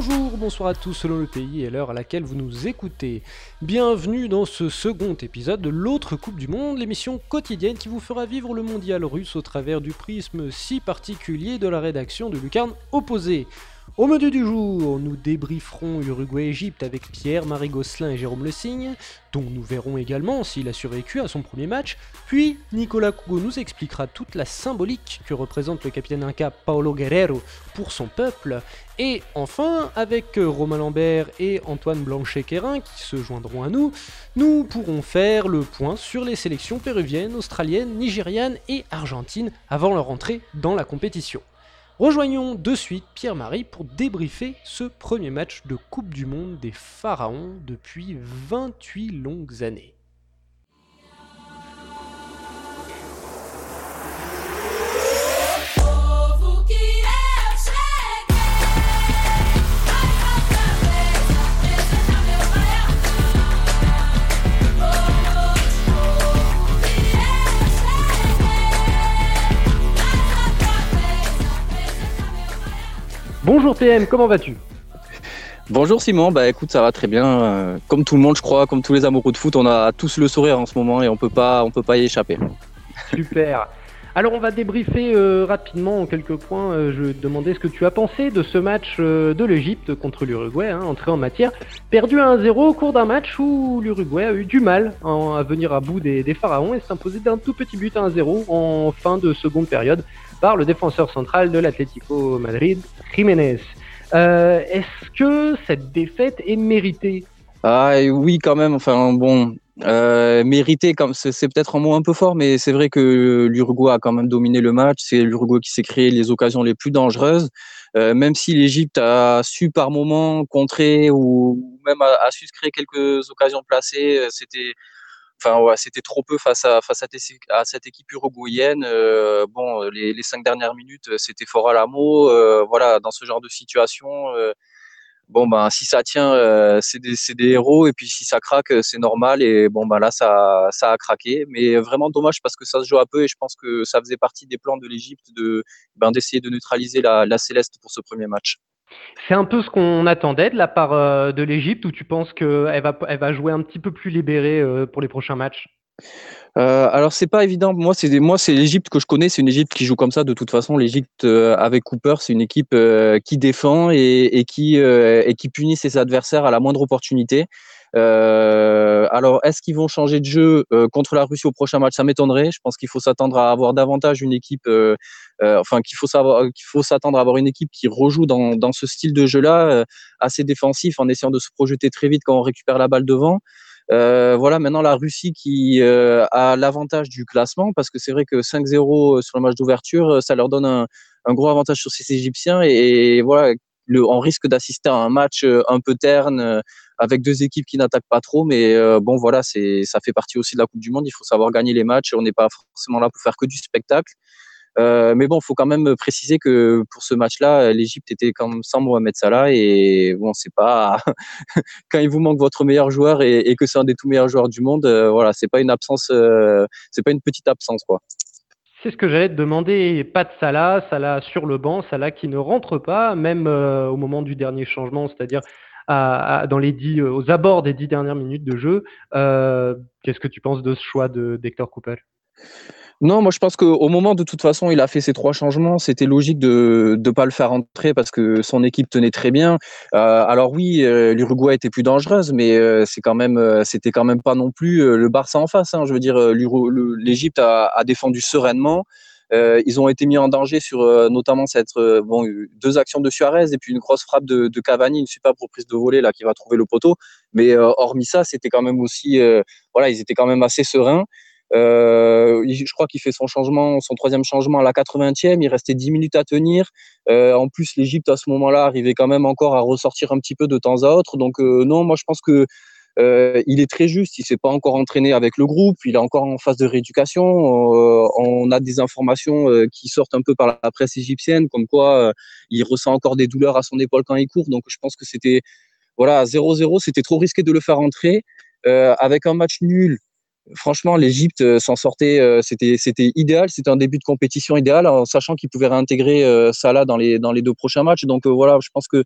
Bonjour, bonsoir à tous selon le pays et l'heure à laquelle vous nous écoutez. Bienvenue dans ce second épisode de l'autre Coupe du Monde, l'émission quotidienne qui vous fera vivre le mondial russe au travers du prisme si particulier de la rédaction de Lucarne Opposée. Au menu du jour, nous débrieferons Uruguay-Égypte avec Pierre-Marie Gosselin et Jérôme Le Signe, dont nous verrons également s'il a survécu à son premier match, puis Nicolas Cougo nous expliquera toute la symbolique que représente le capitaine inca Paulo Guerrero pour son peuple, et enfin, avec Romain Lambert et Antoine Blanchet-Quérin qui se joindront à nous, nous pourrons faire le point sur les sélections péruviennes, australiennes, nigérianes et argentines avant leur entrée dans la compétition. Rejoignons de suite Pierre-Marie pour débriefer ce premier match de Coupe du Monde des Pharaons depuis 28 longues années. Bonjour PM, comment vas-tu ? Bonjour Simon, écoute, ça va très bien. Comme tout le monde, je crois, comme tous les amoureux de foot, on a tous le sourire en ce moment et on peut pas y échapper. Super. Alors on va débriefer rapidement en quelques points. Je vais te demander ce que tu as pensé de ce match de l'Égypte contre l'Uruguay, entrée en matière. Perdu à 1-0 au cours d'un match où l'Uruguay a eu du mal à venir à bout des Pharaons et s'imposer d'un tout petit but à 1-0 en fin de seconde période par le défenseur central de l'Atlético Madrid, Jiménez. Est-ce que cette défaite est méritée ? Ah oui, quand même. Enfin bon, mérité, comme c'est peut-être un mot un peu fort, mais c'est vrai que l'Uruguay a quand même dominé le match. C'est l'Uruguay qui s'est créé les occasions les plus dangereuses. Même si l'Égypte a su par moments contrer ou même a su se créer quelques occasions placées, c'était trop peu face à cette équipe uruguayenne. Les 5 dernières minutes, c'était fort à l'amour. Voilà, dans ce genre de situation, si ça tient, c'est des héros, et puis si ça craque, c'est normal. Et là, ça a craqué, mais vraiment dommage parce que ça se joue un peu, et je pense que ça faisait partie des plans de l'Égypte d'essayer de neutraliser la Céleste pour ce premier match. C'est un peu ce qu'on attendait de la part de l'Égypte, ou tu penses qu'elle va jouer un petit peu plus libérée pour les prochains matchs ? Alors c'est pas évident. Moi, c'est l'Égypte que je connais. C'est une Égypte qui joue comme ça de toute façon. L'Égypte avec Cooper, c'est une équipe qui défend et qui punit ses adversaires à la moindre opportunité. Alors, est-ce qu'ils vont changer de jeu contre la Russie au prochain match ? Ça m'étonnerait. Je pense qu'il faut s'attendre à avoir davantage une équipe. Qu'il faut s'attendre à avoir une équipe qui rejoue dans ce style de jeu-là, assez défensif, en essayant de se projeter très vite quand on récupère la balle devant. Maintenant la Russie qui a l'avantage du classement, parce que c'est vrai que 5-0 sur le match d'ouverture, ça leur donne un gros avantage sur ces Égyptiens, et voilà, on risque d'assister à un match un peu terne, avec deux équipes qui n'attaquent pas trop, mais ça fait partie aussi de la Coupe du Monde. Il faut savoir gagner les matchs, on n'est pas forcément là pour faire que du spectacle. Mais bon, il faut quand même préciser que pour ce match-là, l'Égypte était quand même sans Mohamed Salah, et bon, c'est pas quand il vous manque votre meilleur joueur et que c'est un des tout meilleurs joueurs du monde, c'est pas une absence, c'est pas une petite absence, quoi. C'est ce que j'allais te demander. Pas de Salah sur le banc, Salah qui ne rentre pas, même au moment du dernier changement, c'est-à-dire aux abords des 10 dernières minutes de jeu. Qu'est-ce que tu penses de ce choix d'Hector Cooper ? Non, moi je pense qu'au moment, de toute façon, il a fait ses 3 changements. C'était logique de ne pas le faire entrer parce que son équipe tenait très bien. Alors oui, l'Uruguay était plus dangereuse, mais c'était quand même pas non plus le Barça en face. Je veux dire, l'Égypte a défendu sereinement. Ils ont été mis en danger sur notamment 2 actions de Suarez et puis une grosse frappe de Cavani, une superbe reprise de volée là qui va trouver le poteau. Mais hormis ça, c'était quand même aussi, ils étaient quand même assez sereins. Je crois qu'il fait son 3e changement à la 80e. Il restait 10 minutes à tenir. En plus, l'Égypte à ce moment-là arrivait quand même encore à ressortir un petit peu de temps à autre. Donc non, moi je pense que il est très juste. Il s'est pas encore entraîné avec le groupe. Il est encore en phase de rééducation. On a des informations qui sortent un peu par la presse égyptienne, comme quoi il ressent encore des douleurs à son épaule quand il court. Donc je pense que c'était 0-0. C'était trop risqué de le faire entrer avec un match nul. Franchement, l'Égypte s'en sortait, c'était idéal, c'était un début de compétition idéal, en sachant qu'ils pouvaient réintégrer Salah dans les 2 prochains matchs. Donc je pense que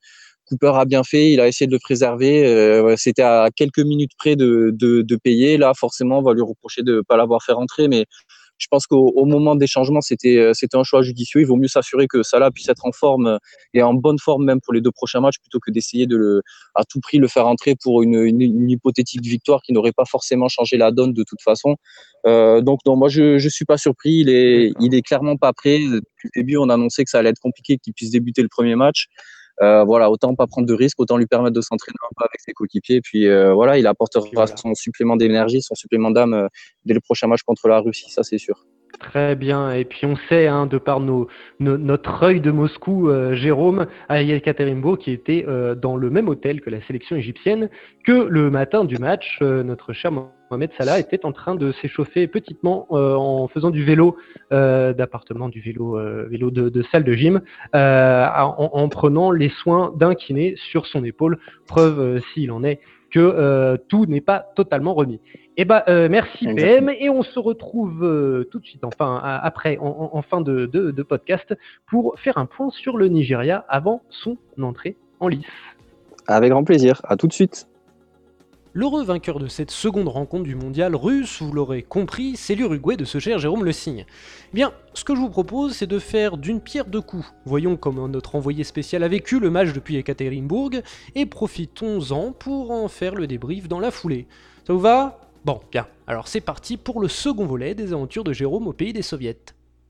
Cooper a bien fait, il a essayé de le préserver. C'était à quelques minutes près de payer. Là, forcément, on va lui reprocher de ne pas l'avoir fait rentrer. Mais je pense qu'au moment des changements, c'était un choix judicieux. Il vaut mieux s'assurer que Salah puisse être en forme et en bonne forme même pour les 2 prochains matchs plutôt que d'essayer à tout prix le faire entrer pour une hypothétique victoire qui n'aurait pas forcément changé la donne de toute façon. Donc non, moi je suis pas surpris. Il est clairement pas prêt. Depuis le début, on a annoncé que ça allait être compliqué qu'il puisse débuter le premier match. Voilà, autant pas prendre de risques, autant lui permettre de s'entraîner un peu avec ses coéquipiers. Puis voilà, il apportera son supplément d'énergie, son supplément d'âme dès le prochain match contre la Russie, ça c'est sûr. Très bien. Et puis on sait, de par notre œil de Moscou, Jérôme, à Yekaterinbourg, qui était dans le même hôtel que la sélection égyptienne, que le matin du match, notre cher Mohamed Salah était en train de s'échauffer petitement en faisant du vélo d'appartement, du vélo de salle de gym, en prenant les soins d'un kiné sur son épaule. Preuve, s'il en est, que tout n'est pas totalement remis. Merci PM, et on se retrouve tout de suite, après, en fin de podcast, pour faire un point sur le Nigeria avant son entrée en lice. Avec grand plaisir, à tout de suite. L'heureux vainqueur de cette seconde rencontre du mondial russe, vous l'aurez compris, c'est l'Uruguay de ce cher Jérôme Le Signe. Eh bien, ce que je vous propose, c'est de faire d'une pierre deux coups. Voyons comment notre envoyé spécial a vécu le match depuis Ekaterinbourg, et profitons-en pour en faire le débrief dans la foulée. Ça vous va ? Bon, bien. Alors c'est parti pour le second volet des aventures de Jérôme au pays des Soviets.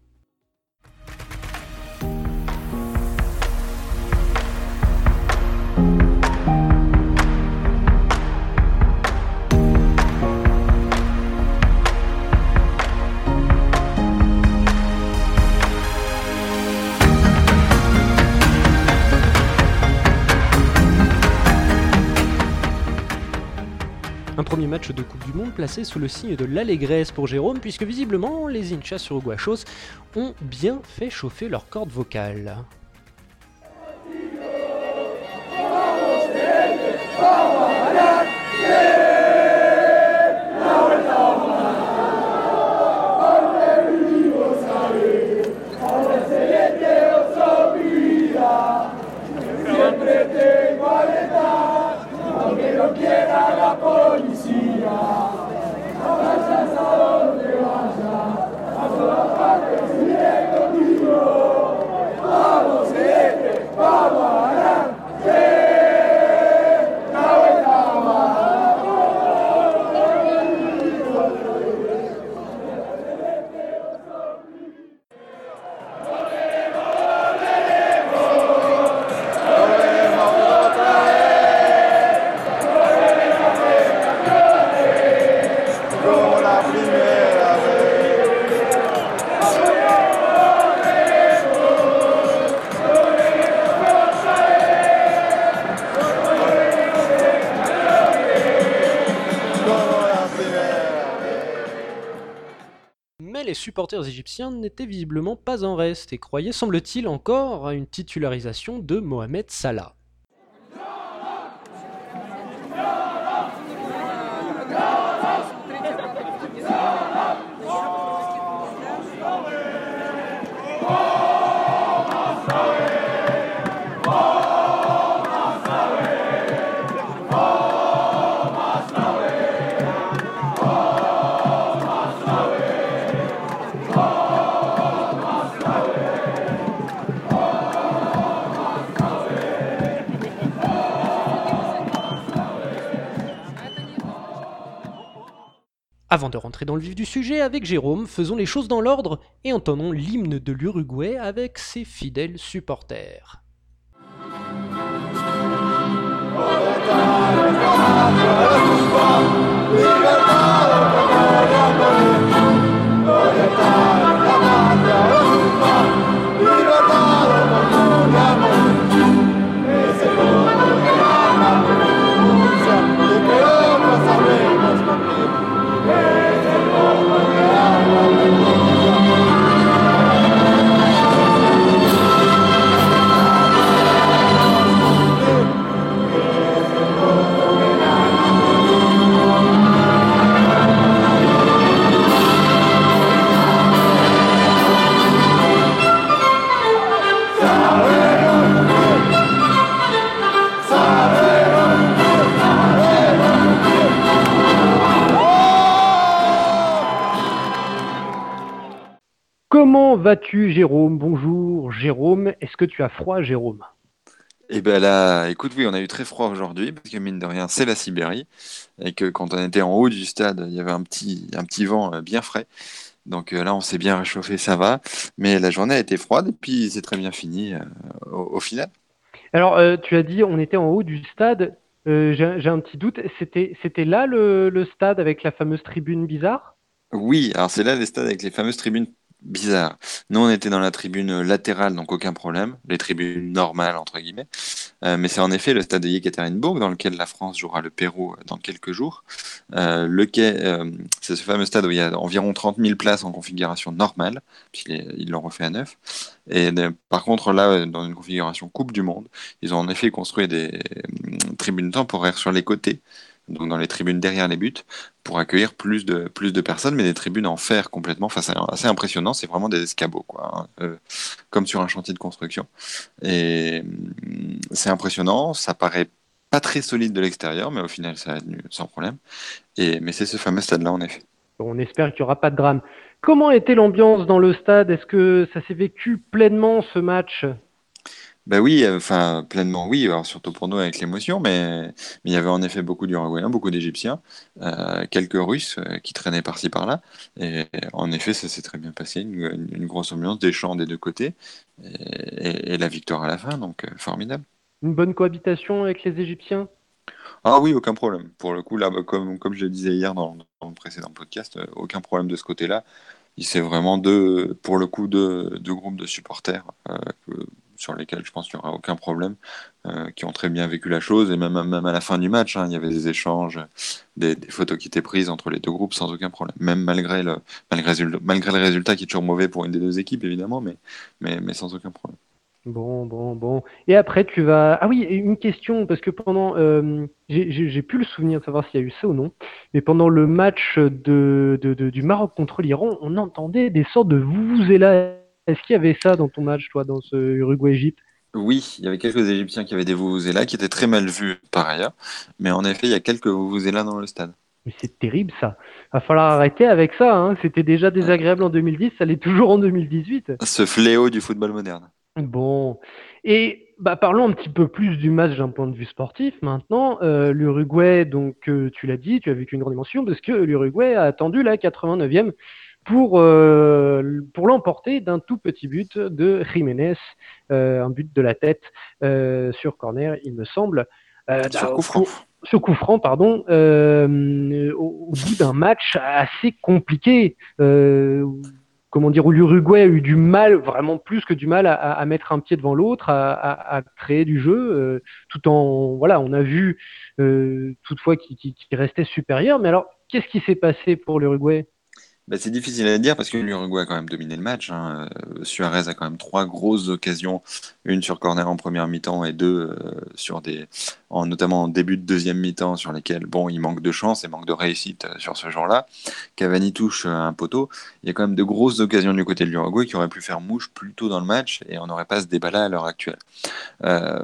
Un premier match de Coupe du Monde placé sous le signe de l'allégresse pour Jérôme, puisque visiblement les hinchas uruguayos ont bien fait chauffer leurs cordes vocales. Les supporters égyptiens n'étaient visiblement pas en reste et croyaient, semble-t-il, encore à une titularisation de Mohamed Salah. Avant de rentrer dans le vif du sujet, avec Jérôme, faisons les choses dans l'ordre et entonnons l'hymne de l'Uruguay avec ses fidèles supporters. vas-tu, Jérôme? Bonjour, Jérôme. Est-ce que tu as froid, Jérôme? Et ben là, écoute, oui, on a eu très froid aujourd'hui, parce que mine de rien, c'est la Sibérie, et que quand on était en haut du stade, il y avait un petit vent bien frais. Donc là, on s'est bien réchauffé, ça va. Mais la journée a été froide, et puis c'est très bien fini au final. Alors, tu as dit on était en haut du stade. J'ai un petit doute. C'était là le stade avec la fameuse tribune bizarre? Oui, alors c'est là les stades avec les fameuses tribunes bizarres. Nous, on était dans la tribune latérale, donc aucun problème. Les tribunes normales, entre guillemets. Mais c'est en effet le stade de Yekaterinbourg dans lequel la France jouera le Pérou dans quelques jours. C'est ce fameux stade où il y a environ 30 000 places en configuration normale, puisqu'ils l'ont refait à neuf. Et par contre, là, dans une configuration Coupe du Monde, ils ont en effet construit des tribunes temporaires sur les côtés, donc dans les tribunes derrière les buts, pour accueillir plus de personnes, mais des tribunes en fer complètement. Enfin, c'est assez impressionnant, c'est vraiment des escabeaux, quoi, hein, comme sur un chantier de construction. Et c'est impressionnant, ça paraît pas très solide de l'extérieur, mais au final, ça a tenu sans problème. Mais c'est ce fameux stade-là, en effet. On espère qu'il n'y aura pas de drame. Comment était l'ambiance dans le stade? Est-ce que ça s'est vécu pleinement ce match? Bah oui, enfin, pleinement oui, alors surtout pour nous avec l'émotion, mais il y avait en effet beaucoup d'Uruguayens, beaucoup d'Égyptiens, quelques Russes qui traînaient par-ci par-là, et en effet, ça s'est très bien passé, une grosse ambiance, des chants des deux côtés, et la victoire à la fin, donc formidable. Une bonne cohabitation avec les Égyptiens? Ah oui, aucun problème. Pour le coup, là, bah, comme je le disais hier dans le précédent podcast, aucun problème de ce côté-là. C'est vraiment pour le coup, deux groupes de supporters sur lesquels je pense qu'il n'y aura aucun problème, qui ont très bien vécu la chose. Et même à la fin du match, hein, il y avait des échanges, des photos qui étaient prises entre les deux groupes sans aucun problème. Même malgré le résultat qui est toujours mauvais pour une des deux équipes, évidemment, mais sans aucun problème. Bon, bon, bon. Et après, tu vas. Ah oui, et une question, parce que pendant. J'ai plus le souvenir de savoir s'il y a eu ça ou non, mais pendant le match du Maroc contre l'Iran, on entendait des sortes de vuvuzela. Est-ce qu'il y avait ça dans ton match, toi, dans ce Uruguay-Égypte? Oui, il y avait quelques Égyptiens qui avaient des vuvuzelas qui étaient très mal vus par ailleurs, mais en effet, il y a quelques vuvuzelas dans le stade. Mais c'est terrible, ça. Va falloir arrêter avec ça, hein. C'était déjà désagréable en 2010, ça l'est toujours en 2018. Ce fléau du football moderne. Bon, et bah, parlons un petit peu plus du match d'un point de vue sportif maintenant. L'Uruguay, donc tu l'as dit, tu as vécu une grande émotion parce que l'Uruguay a attendu la 89e pour l'emporter d'un tout petit but de Jiménez, un but de la tête sur corner, il me semble, Sur coup franc. sur coup franc, pardon, au bout d'un match assez compliqué. Comment dire, où l'Uruguay a eu du mal, vraiment plus que du mal, à mettre un pied devant l'autre, à créer du jeu, tout en, voilà, on a vu toutefois qu'il restait supérieur. Mais alors, qu'est-ce qui s'est passé pour l'Uruguay? Bah, c'est difficile à dire parce que l'Uruguay a quand même dominé le match, hein. Suarez a quand même trois grosses occasions, une sur corner en première mi-temps et deux notamment en début de deuxième mi-temps sur lesquelles bon, il manque de chance et manque de réussite sur ce genre-là. Cavani touche un poteau. Il y a quand même de grosses occasions du côté de l'Uruguay qui auraient pu faire mouche plus tôt dans le match et on n'aurait pas ce débat-là à l'heure actuelle. Euh,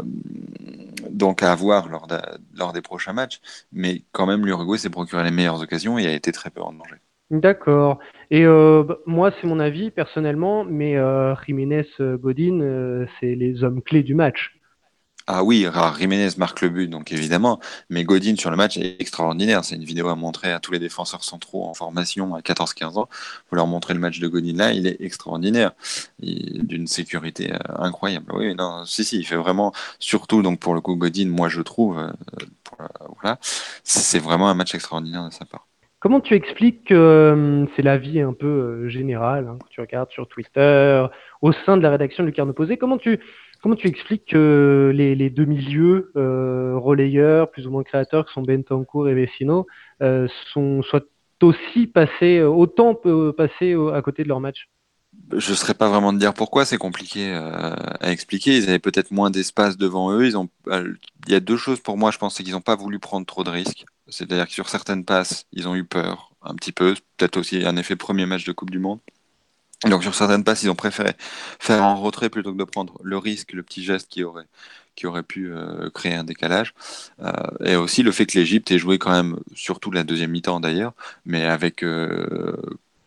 donc à voir lors des prochains matchs, mais quand même l'Uruguay s'est procuré les meilleures occasions et a été très peu en danger. D'accord. Et bah, moi, c'est mon avis personnellement, mais Jiménez, Godin, c'est les hommes clés du match. Ah oui, Jiménez marque le but, donc évidemment, mais Godin sur le match est extraordinaire. C'est une vidéo à montrer à tous les défenseurs centraux en formation à 14-15 ans. Vous leur montrer le match de Godin là, il est extraordinaire, d'une sécurité incroyable. Oui, non, si, il fait vraiment, surtout donc pour le coup Godin, moi je trouve, voilà, c'est vraiment un match extraordinaire de sa part. Comment tu expliques que c'est l'avis un peu général, hein, que tu regardes sur Twitter, au sein de la rédaction du Carnet Opposé, comment tu expliques que les deux milieux relayeurs, plus ou moins créateurs, qui sont Bentancur et Vecino, soient aussi passés, autant passés à côté de leur match? Je ne saurais pas vraiment te dire pourquoi, c'est compliqué à expliquer. Ils avaient peut-être moins d'espace devant eux. Il y a deux choses pour moi, je pense, c'est qu'ils n'ont pas voulu prendre trop de risques. C'est-à-dire que sur certaines passes, ils ont eu peur un petit peu. Peut-être aussi un effet premier match de Coupe du Monde. Donc sur certaines passes, ils ont préféré faire un retrait plutôt que de prendre le risque, le petit geste qui aurait pu créer un décalage. Et aussi le fait que l'Égypte ait joué quand même, surtout la deuxième mi-temps d'ailleurs, mais avec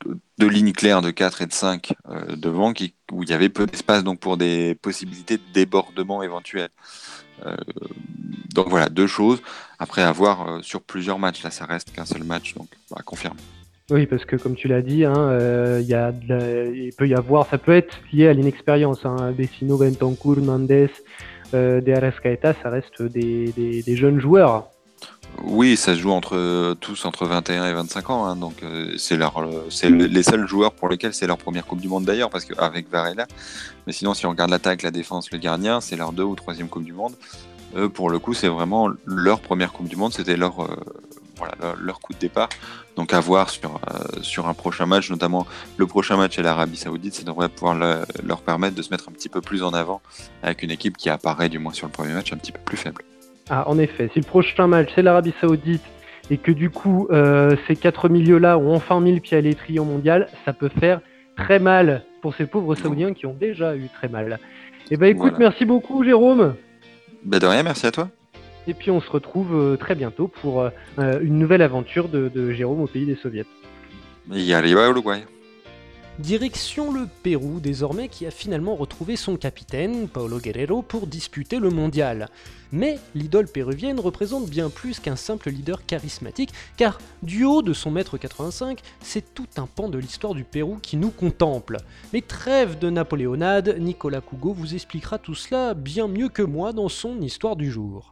deux lignes claires de 4 et de 5 devant, où il y avait peu d'espace donc pour des possibilités de débordement éventuels. Donc voilà, deux choses. Après, à voir sur plusieurs matchs. Là, ça reste qu'un seul match, donc à confirmer. Oui, parce que comme tu l'as dit, il peut y avoir, ça peut être lié à l'inexpérience. Vecino, Bentancur, Mendes, De Arrascaeta, ça reste des jeunes joueurs. Oui, ça se joue tous entre 21 et 25 ans, hein, donc c'est les seuls joueurs pour lesquels c'est leur première Coupe du Monde d'ailleurs, parce qu'avec Varela, mais sinon si on regarde l'attaque, la défense, le gardien, c'est leur 2e ou 3e Coupe du Monde. Pour le coup, c'est vraiment leur première Coupe du Monde, c'était leur coup de départ. Donc à voir sur un prochain match, notamment le prochain match à l'Arabie Saoudite, ça devrait pouvoir leur permettre de se mettre un petit peu plus en avant avec une équipe qui apparaît, du moins sur le premier match, un petit peu plus faible. Ah, en effet, si le prochain match c'est l'Arabie Saoudite et que du coup ces 4 milieux-là ont enfin mis le pied à l'étrier mondial, ça peut faire très mal pour ces pauvres Saoudiens qui ont déjà eu très mal. Eh ben écoute, Voilà. Merci beaucoup Jérôme. De rien, merci à toi. Et puis on se retrouve très bientôt pour une nouvelle aventure de Jérôme au pays des soviets. Y arriba Uruguay. Direction le Pérou désormais, qui a finalement retrouvé son capitaine, Paolo Guerrero, pour disputer le mondial. Mais l'idole péruvienne représente bien plus qu'un simple leader charismatique, car du haut de son mètre 85, c'est tout un pan de l'histoire du Pérou qui nous contemple. Mais trêve de napoléonade, Nicolas Cougo vous expliquera tout cela bien mieux que moi dans son histoire du jour.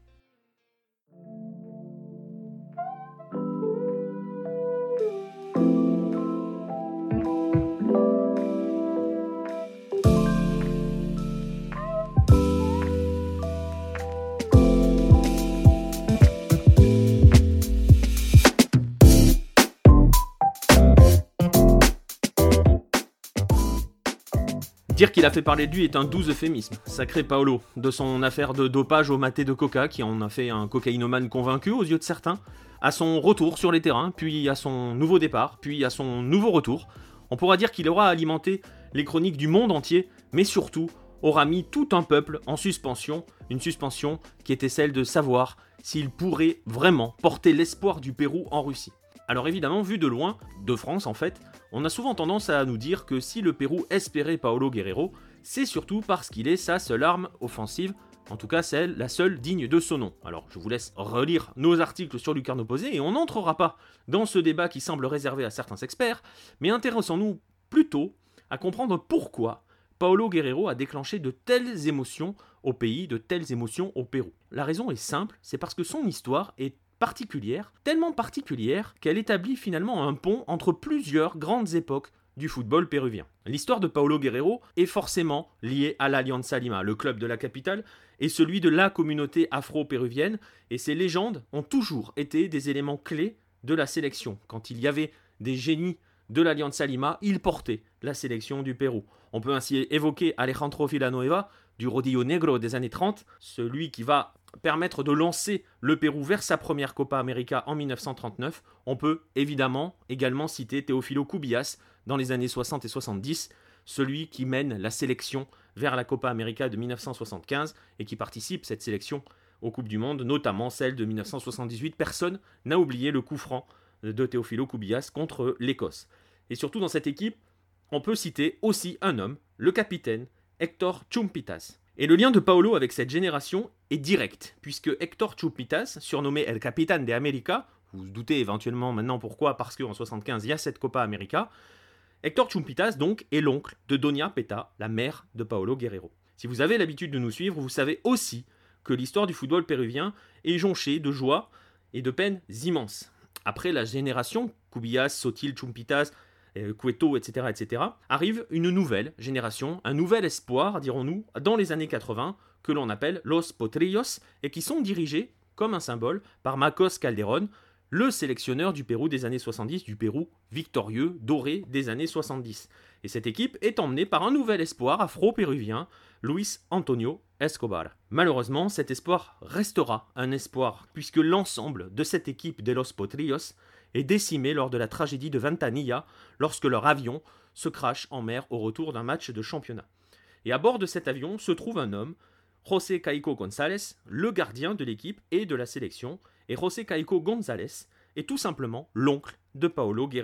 Dire qu'il a fait parler de lui est un doux euphémisme. Sacré Paolo, de son affaire de dopage au maté de coca qui en a fait un cocaïnomane convaincu aux yeux de certains, à son retour sur les terrains, puis à son nouveau départ, puis à son nouveau retour, on pourra dire qu'il aura alimenté les chroniques du monde entier, mais surtout aura mis tout un peuple en suspension, une suspension qui était celle de savoir s'il pourrait vraiment porter l'espoir du Pérou en Russie. Alors évidemment, vu de loin, de France en fait, on a souvent tendance à nous dire que si le Pérou espérait Paolo Guerrero, c'est surtout parce qu'il est sa seule arme offensive, en tout cas la seule digne de son nom. Alors je vous laisse relire nos articles sur Lucarne Opposée et on n'entrera pas dans ce débat qui semble réservé à certains experts, mais intéressons-nous plutôt à comprendre pourquoi Paolo Guerrero a déclenché de telles émotions au pays, de telles émotions au Pérou. La raison est simple, c'est parce que son histoire est particulière, tellement particulière qu'elle établit finalement un pont entre plusieurs grandes époques du football péruvien. L'histoire de Paolo Guerrero est forcément liée à l'Alianza Lima, le club de la capitale, et celui de la communauté afro-péruvienne, et ces légendes ont toujours été des éléments clés de la sélection. Quand il y avait des génies de l'Alianza Lima, ils portaient la sélection du Pérou. On peut ainsi évoquer Alejandro Villanueva, du Rodillo Negro des années 30, celui qui va permettre de lancer le Pérou vers sa première Copa América en 1939. On peut évidemment également citer Teófilo Cubillas dans les années 60 et 70, celui qui mène la sélection vers la Copa América de 1975 et qui participe cette sélection aux Coupes du Monde, notamment celle de 1978. Personne n'a oublié le coup franc de Teófilo Cubillas contre l'Écosse. Et surtout dans cette équipe, on peut citer aussi un homme, le capitaine Héctor Chumpitas. Et le lien de Paolo avec cette génération est direct, puisque Héctor Chumpitas, surnommé El Capitán de América, vous vous doutez éventuellement maintenant pourquoi, parce qu'en 1975 il y a cette Copa América, Héctor Chumpitas donc est l'oncle de Doña Peta, la mère de Paolo Guerrero. Si vous avez l'habitude de nous suivre, vous savez aussi que l'histoire du football péruvien est jonchée de joie et de peines immenses. Après la génération Cubillas, Sotil, Chumpitas, Cueto, etc., arrive une nouvelle génération, un nouvel espoir, dirons-nous, dans les années 80, que l'on appelle Los Potrillos, et qui sont dirigés, comme un symbole, par Marcos Calderón, le sélectionneur du Pérou des années 70, du Pérou victorieux, doré des années 70. Et cette équipe est emmenée par un nouvel espoir afro-péruvien, Luis Antonio Escobar. Malheureusement, cet espoir restera un espoir, puisque l'ensemble de cette équipe de Los Potrillos est décimé lors de la tragédie de Ventanilla, lorsque leur avion se crache en mer au retour d'un match de championnat. Et à bord de cet avion se trouve un homme, José Caico González, le gardien de l'équipe et de la sélection, et José Caico González est tout simplement l'oncle de Paolo Guerrero.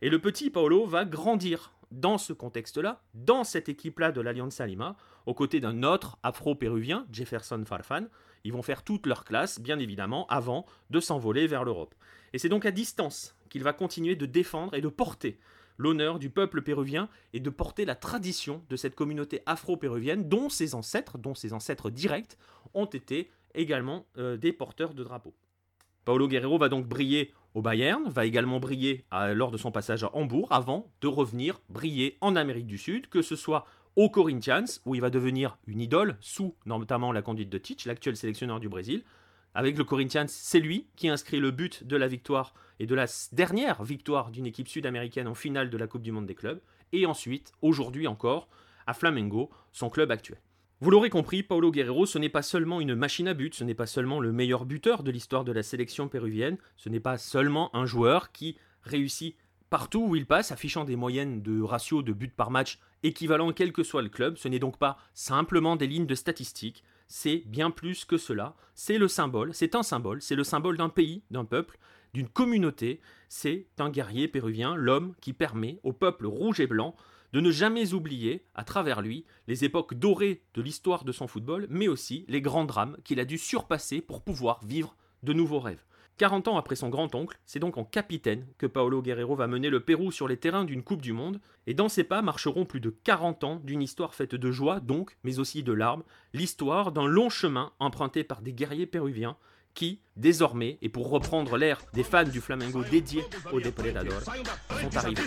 Et le petit Paolo va grandir dans ce contexte-là, dans cette équipe-là de l'Alianza Lima, aux côtés d'un autre afro-péruvien, Jefferson Farfan. Ils vont faire toute leur classe, bien évidemment, avant de s'envoler vers l'Europe. Et c'est donc à distance qu'il va continuer de défendre et de porter l'honneur du peuple péruvien et de porter la tradition de cette communauté afro-péruvienne dont ses ancêtres directs, ont été également des porteurs de drapeaux. Paolo Guerrero va donc briller au Bayern, va également briller lors de son passage à Hambourg, avant de revenir briller en Amérique du Sud, que ce soit au Corinthians, où il va devenir une idole, sous notamment la conduite de Tite, l'actuel sélectionneur du Brésil. Avec le Corinthians, c'est lui qui inscrit le but de la victoire et de la dernière victoire d'une équipe sud-américaine en finale de la Coupe du Monde des clubs. Et ensuite, aujourd'hui encore, à Flamengo, son club actuel. Vous l'aurez compris, Paolo Guerrero, ce n'est pas seulement une machine à but, ce n'est pas seulement le meilleur buteur de l'histoire de la sélection péruvienne, ce n'est pas seulement un joueur qui réussit partout où il passe, affichant des moyennes de ratio de buts par match équivalents quel que soit le club. Ce n'est donc pas simplement des lignes de statistiques, c'est bien plus que cela. C'est le symbole, c'est un symbole, c'est le symbole d'un pays, d'un peuple, d'une communauté. C'est un guerrier péruvien, l'homme qui permet au peuple rouge et blanc de ne jamais oublier, à travers lui, les époques dorées de l'histoire de son football, mais aussi les grands drames qu'il a dû surpasser pour pouvoir vivre de nouveaux rêves. 40 ans après son grand-oncle, c'est donc en capitaine que Paolo Guerrero va mener le Pérou sur les terrains d'une Coupe du Monde, et dans ses pas marcheront plus de 40 ans d'une histoire faite de joie donc, mais aussi de larmes, l'histoire d'un long chemin emprunté par des guerriers péruviens qui, désormais, et pour reprendre l'air des fans du Flamengo dédiés aux Depredadores, sont arrivés.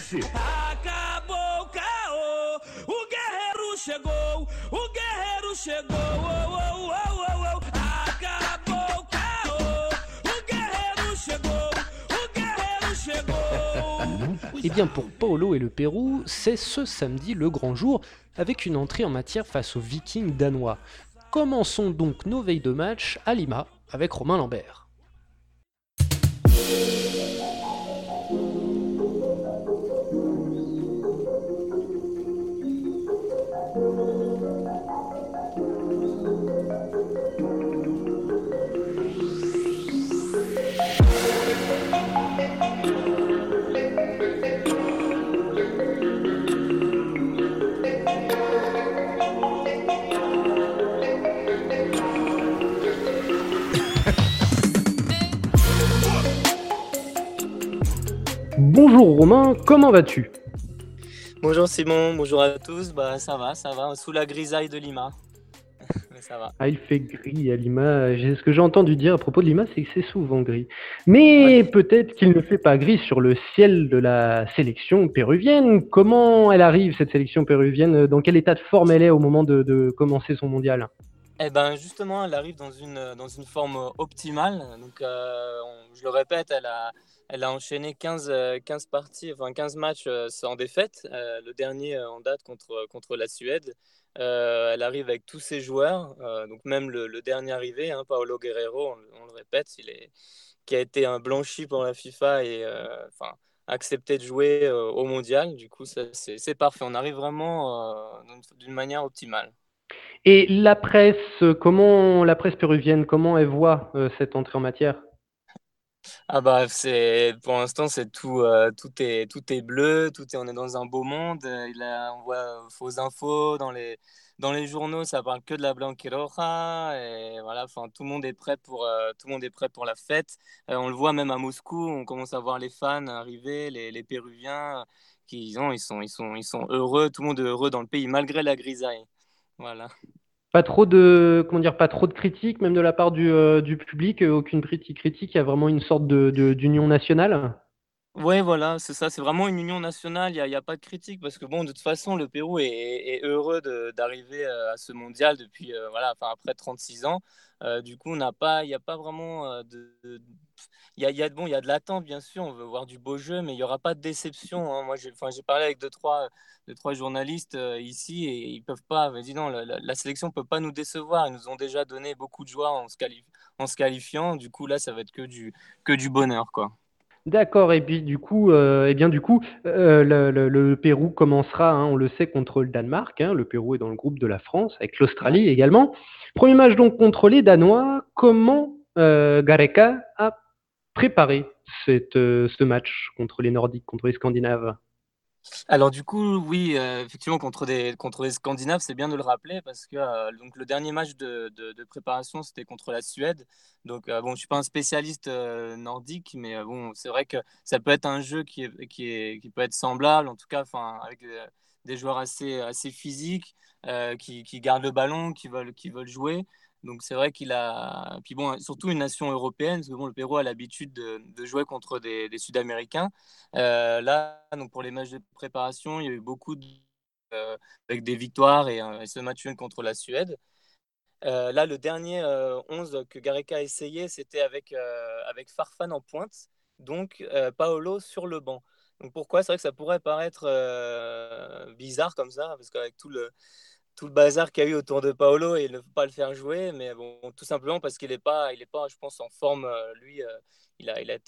Eh bien pour Paolo et le Pérou, c'est ce samedi le grand jour, avec une entrée en matière face aux Vikings danois. Commençons donc nos veilles de match à Lima avec Romain Lambert. Bonjour Romain, comment vas-tu ? Bonjour Simon, bonjour à tous, ça va, sous la grisaille de Lima. Mais ça va. Ah, il fait gris à Lima, ce que j'ai entendu dire à propos de Lima, c'est que c'est souvent gris. Mais peut-être qu'il ne fait pas gris sur le ciel de la sélection péruvienne. Comment elle arrive, cette sélection péruvienne ? Dans quel état de forme elle est au moment de commencer son mondial ? Eh ben justement, elle arrive dans une forme optimale. Donc, je le répète, elle a enchaîné 15 parties, enfin 15 matchs sans défaite. Le dernier en date contre la Suède. Elle arrive avec tous ses joueurs, donc même le dernier arrivé, Paolo Guerrero, on le répète, qui a été blanchi pour la FIFA et accepté de jouer au mondial. Du coup, ça, c'est parfait. On arrive vraiment d'une manière optimale. Et la presse péruvienne, comment elle voit cette entrée en matière ? Pour l'instant c'est tout est bleu, on est dans un beau monde. On voit fausses infos dans les journaux, ça parle que de la Blanquiroja et voilà, tout le monde est prêt pour la fête. On le voit même à Moscou, on commence à voir les fans arriver, les Péruviens ils sont heureux, tout le monde est heureux dans le pays malgré la grisaille. Voilà. Pas trop de critiques, même de la part du public, aucune critique. Il y a vraiment une sorte d'union nationale. Ouais, voilà, c'est ça, c'est vraiment une union nationale, il y a pas de critique parce que bon, de toute façon, le Pérou est heureux d'arriver à ce mondial depuis, après 36 ans. Du coup, il n'y a pas vraiment il y a de l'attente, bien sûr, on veut voir du beau jeu, mais il n'y aura pas de déception. Moi, j'ai parlé avec deux, trois journalistes ici et ils peuvent pas, ils disent non, la sélection ne peut pas nous décevoir. Ils nous ont déjà donné beaucoup de joie en se qualifiant. Du coup, là, ça va être que du bonheur, quoi. D'accord, et puis du coup, le Pérou commencera, on le sait, contre le Danemark. Le Pérou est dans le groupe de la France, avec l'Australie également. Premier match donc contre les Danois. Comment Gareca a préparer ce match contre les Nordiques, contre les Scandinaves? Alors du coup, oui, effectivement, contre les Scandinaves, c'est bien de le rappeler parce que donc, le dernier match de préparation, c'était contre la Suède. Donc bon, je ne suis pas un spécialiste nordique, mais bon, c'est vrai que ça peut être un jeu qui peut être semblable, en tout cas, enfin, avec des joueurs assez physiques, qui gardent le ballon, qui veulent jouer. Donc c'est vrai qu'il a... Puis bon, surtout une nation européenne, parce que bon, le Pérou a l'habitude de jouer contre des Sud-Américains. Là, donc pour les matchs de préparation, il y a eu beaucoup avec des victoires et ce match nul contre la Suède. Là, le dernier 11 que Gareca a essayé, c'était avec Farfan en pointe, donc Paolo sur le banc. Donc pourquoi? C'est vrai que ça pourrait paraître bizarre comme ça, parce qu'avec tout le bazar qu'il y a eu autour de Paolo, il ne faut pas le faire jouer, mais bon, tout simplement parce qu'il est pas, je pense, en forme. Lui, il a été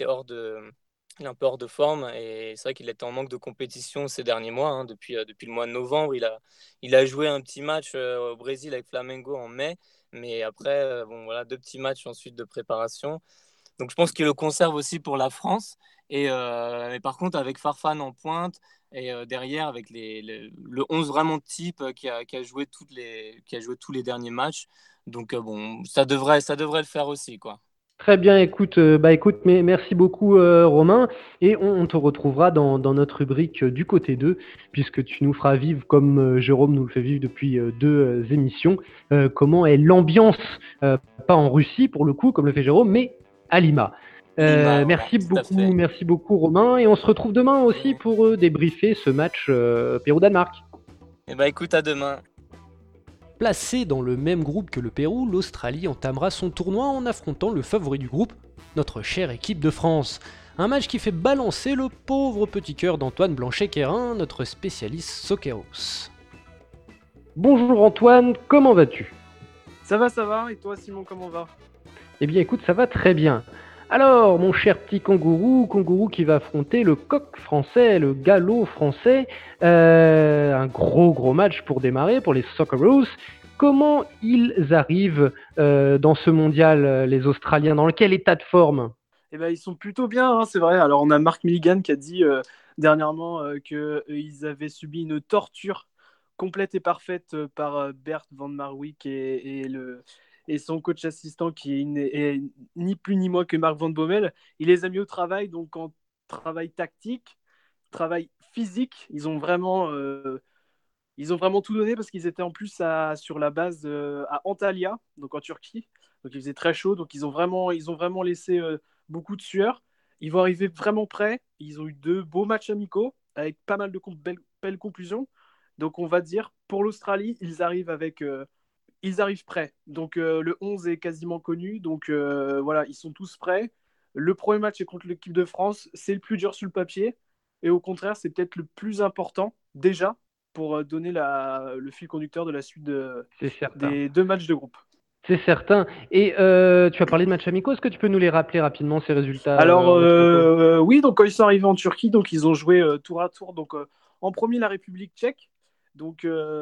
il est un peu hors de forme, et c'est vrai qu'il était en manque de compétition ces derniers mois, hein, depuis le mois de novembre. Il a joué un petit match au Brésil avec Flamengo en mai, mais après, bon, voilà, deux petits matchs ensuite de préparation. Donc je pense qu'il le conserve aussi pour la France. Mais par contre, avec Farfan en pointe et derrière, avec le 11 vraiment type qui a joué qui a joué tous les derniers matchs. Donc bon, ça devrait le faire aussi, quoi. Très bien, écoute, mais merci beaucoup Romain, et on te retrouvera dans notre rubrique du côté 2, puisque tu nous feras vivre, comme Jérôme nous le fait vivre depuis deux émissions, comment est l'ambiance, pas en Russie pour le coup, comme le fait Jérôme, mais à Lima. Lima, voilà, tout à fait. Merci beaucoup Romain, et on se retrouve demain aussi pour débriefer ce match Pérou-Danemark. Et bah écoute, à demain. Placé dans le même groupe que le Pérou, l'Australie entamera son tournoi en affrontant le favori du groupe, notre chère équipe de France. Un match qui fait balancer le pauvre petit cœur d'Antoine Blanchet-Quérin, notre spécialiste Socceros. Bonjour Antoine, comment vas-tu? Ça va, et toi Simon, comment va? Eh bien écoute, ça va très bien. Alors, mon cher petit kangourou qui va affronter le coq français, le galop français, un gros match pour démarrer pour les Socceroos. Comment ils arrivent dans ce mondial, les Australiens? Dans quel état de forme? Eh ben, ils sont plutôt bien, hein, c'est vrai. Alors, on a Mark Milligan qui a dit dernièrement qu'ils avaient subi une torture complète et parfaite par Bert Van Marwijk et son coach assistant est ni plus ni moins que Mark Van Bommel. Il les a mis au travail, donc en travail tactique, travail physique. Ils ont vraiment tout donné parce qu'ils étaient en plus sur la base à Antalya, donc en Turquie. Donc il faisait très chaud, donc ils ont vraiment laissé beaucoup de sueur. Ils vont arriver vraiment prêts. Ils ont eu deux beaux matchs amicaux avec pas mal de belles conclusions. Donc on va dire pour l'Australie, ils arrivent prêts. Donc le 11 est quasiment connu. Donc voilà, ils sont tous prêts. Le premier match est contre l'équipe de France. C'est le plus dur sur le papier. Et au contraire, c'est peut-être le plus important déjà pour donner le fil conducteur de la suite des deux matchs de groupe. C'est certain. Et tu as parlé de matchs amicaux. Est-ce que tu peux nous les rappeler rapidement, ces résultats? Alors oui, donc quand ils sont arrivés en Turquie, donc ils ont joué tour à tour. Donc en premier la République tchèque. Donc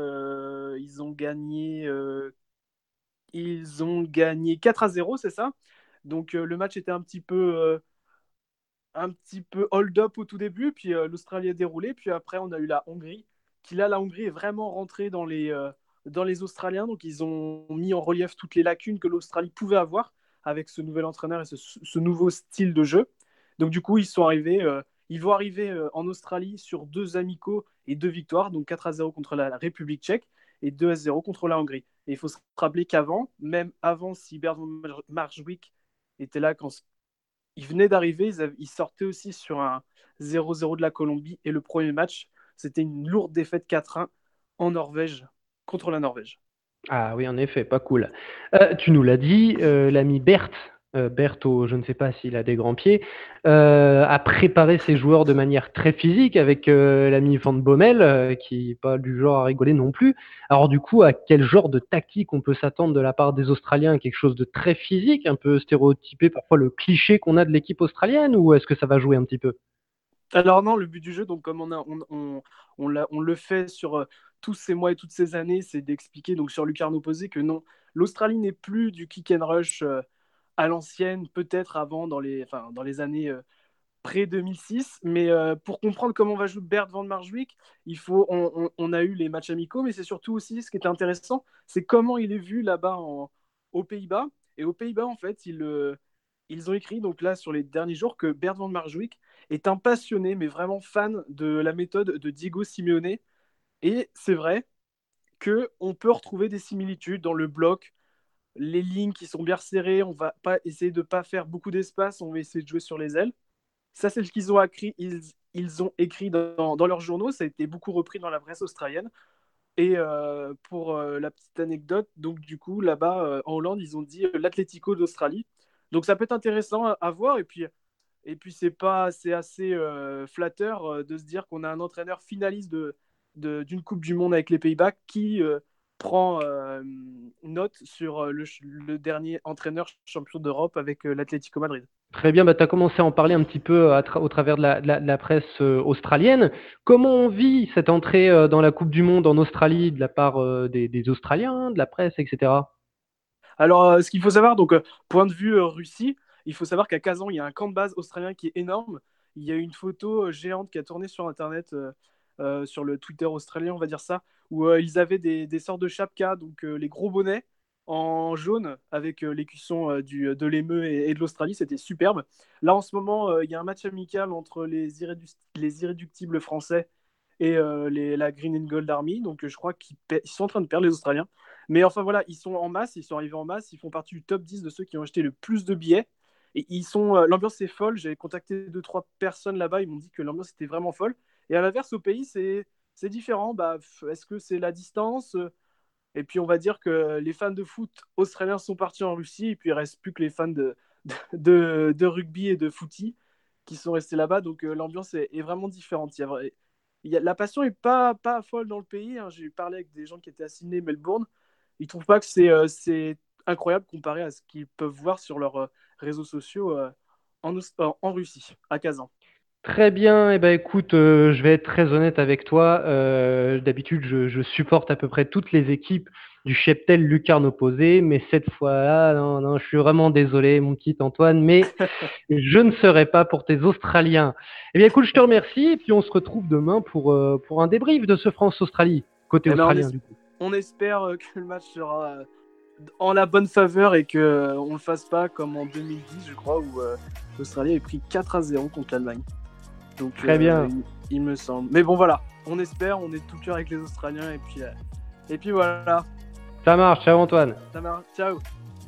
ils ont gagné 4-0, c'est ça. Donc le match était un petit peu hold-up au tout début, puis l'Australie a déroulé, puis après on a eu la Hongrie, la Hongrie est vraiment rentrée dans les Australiens, donc ils ont mis en relief toutes les lacunes que l'Australie pouvait avoir avec ce nouvel entraîneur et ce nouveau style de jeu. Donc du coup ils vont arriver en Australie sur deux amicaux et deux victoires, donc 4-0 contre la République tchèque et 2-0 contre la Hongrie. Et il faut se rappeler qu'avant, même avant si Bernd Marschwick était là quand ils venaient d'arriver, ils sortaient aussi sur un 0-0 de la Colombie. Et le premier match, c'était une lourde défaite 4-1 en Norvège, contre la Norvège. Ah oui, en effet, pas cool. Tu nous l'as dit, l'ami Berthe, je ne sais pas s'il a des grands pieds, a préparé ses joueurs de manière très physique avec l'ami Van Bommel, qui n'est pas du genre à rigoler non plus. Alors du coup, à quel genre de tactique on peut s'attendre de la part des Australiens? Quelque chose de très physique, un peu stéréotypé, parfois le cliché qu'on a de l'équipe australienne, ou est-ce que ça va jouer un petit peu? Alors non, le but du jeu, donc comme on le fait sur tous ces mois et toutes ces années, c'est d'expliquer donc sur Lucarno Posé que non, l'Australie n'est plus du kick and rush à l'ancienne, peut-être avant, dans les années pré-2006. Mais pour comprendre comment va jouer Bert van Marwijk, on a eu les matchs amicaux, mais c'est surtout aussi ce qui est intéressant, c'est comment il est vu là-bas aux Pays-Bas. Et aux Pays-Bas, en fait, ils ont écrit, donc là, sur les derniers jours, que Bert van Marwijk est un passionné, mais vraiment fan de la méthode de Diego Simeone. Et c'est vrai qu'on peut retrouver des similitudes dans le bloc, les lignes qui sont bien serrées, on va pas essayer de pas faire beaucoup d'espace, on va essayer de jouer sur les ailes. Ça, c'est ce qu'ils ont écrit, ils ont écrit dans leurs journaux, ça a été beaucoup repris dans la presse australienne. Et pour la petite anecdote, donc du coup, là-bas, en Hollande, ils ont dit l'Atlético d'Australie. Donc ça peut être intéressant à voir. Et puis c'est assez flatteur de se dire qu'on a un entraîneur finaliste d'une Coupe du Monde avec les Pays-Bas qui prend note sur le dernier entraîneur champion d'Europe avec l'Atlético Madrid. Très bien, tu as commencé à en parler un petit peu au travers de la presse australienne. Comment on vit cette entrée dans la Coupe du Monde en Australie de la part des Australiens, de la presse, etc. Alors, ce qu'il faut savoir, donc, point de vue Russie, il faut savoir qu'à Kazan, il y a un camp de base australien qui est énorme. Il y a une photo géante qui a tourné sur Internet, sur le Twitter australien, on va dire ça, où ils avaient des sortes de chapkas, donc les gros bonnets en jaune avec l'écusson de l'émeu et de l'Australie. C'était superbe. Là, en ce moment, il y a un match amical entre les irréductibles français et la Green and Gold Army. Donc, je crois qu'ils sont en train de perdre, les Australiens. Mais enfin voilà, ils sont en masse, ils sont arrivés en masse, ils font partie du top 10 de ceux qui ont acheté le plus de billets. Et l'ambiance est folle. J'avais contacté 2-3 personnes là-bas, ils m'ont dit que l'ambiance était vraiment folle. Et à l'inverse, au pays, c'est différent. Est-ce que c'est la distance? Et puis on va dire que les fans de foot australiens sont partis en Russie, et puis il ne reste plus que les fans de rugby et de footy qui sont restés là-bas. Donc l'ambiance est vraiment différente. La passion n'est pas folle dans le pays, hein. J'ai parlé avec des gens qui étaient à Sydney, Melbourne. Ils ne trouvent pas que c'est incroyable comparé à ce qu'ils peuvent voir sur leurs réseaux sociaux en Russie, à Kazan. Très bien, eh ben, écoute, je vais être très honnête avec toi. D'habitude, je supporte à peu près toutes les équipes du cheptel lucarne opposé, mais cette fois-là, non, je suis vraiment désolé, mon petit Antoine, mais je ne serai pas pour tes Australiens. Eh bien, écoute, je te remercie, et puis on se retrouve demain pour un débrief de ce France-Australie, côté australien, du coup. On espère que le match sera en la bonne faveur et qu'on ne le fasse pas comme en 2010, je crois, où l'Australie a pris 4-0 contre l'Allemagne. Donc, très bien. Il me semble. Mais bon, voilà, on espère, on est tout cœur avec les Australiens, et puis voilà. Ça marche, ciao Antoine. Ça marche, ciao.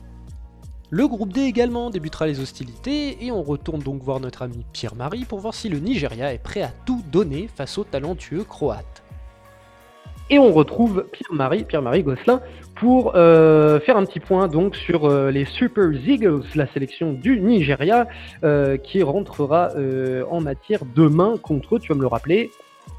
Le groupe D également débutera les hostilités, et on retourne donc voir notre ami Pierre-Marie pour voir si le Nigeria est prêt à tout donner face aux talentueux Croates. Et on retrouve Pierre-Marie Gosselin pour faire un petit point donc sur les Super Eagles, la sélection du Nigeria, qui rentrera en matière demain contre, tu vas me le rappeler,